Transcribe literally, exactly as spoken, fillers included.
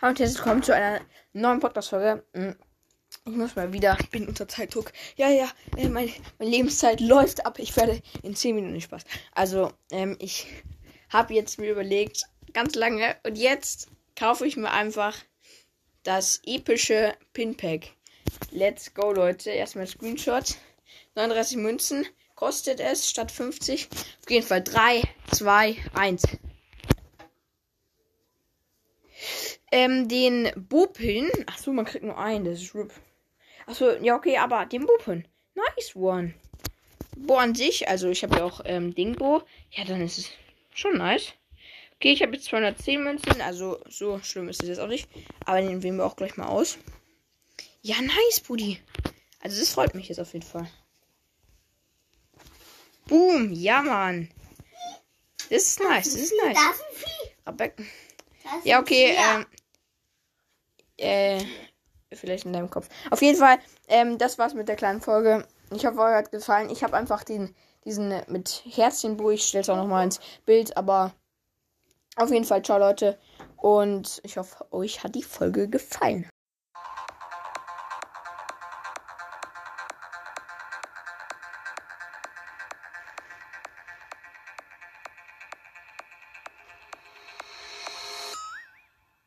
Und jetzt kommt zu einer neuen Podcast-Folge. Ich muss mal wieder, ich bin unter Zeitdruck. Ja, ja, äh, meine, meine Lebenszeit läuft ab. Ich werde in zehn Minuten Spaß. Also, ähm, ich habe jetzt mir überlegt, ganz lange. Und jetzt kaufe ich mir einfach das epische Pinpack. Let's go, Leute. Erstmal Screenshot. neununddreißig Münzen kostet es statt fünfzig. Auf jeden Fall drei, zwei, eins. Ähm, den Bo-Pin. Achso, man kriegt nur einen. Das ist R I P. Achso, ja, okay, aber den Bo-Pin. Nice one. Bo an sich, also ich habe ja auch ähm, Dingbo. Ja, dann ist es schon nice. Okay, ich habe jetzt zweihundertzehn Münzen. Also, so schlimm ist es jetzt auch nicht. Aber den wählen wir auch gleich mal aus. Ja, nice, Buddy. Also, das freut mich jetzt auf jeden Fall. Boom, ja, Mann. Das ist nice, das ist nice. Das ist ein Vieh. Aber, Das ist ja, ein okay, Vieh. ähm. Äh, vielleicht in deinem Kopf. Auf jeden Fall, ähm, das war's mit der kleinen Folge. Ich hoffe, euch hat gefallen. Ich habe einfach den, diesen mit Herzchenbuch. Ich stelle es auch nochmal ins Bild, aber auf jeden Fall, ciao, Leute. Und ich hoffe, euch hat die Folge gefallen.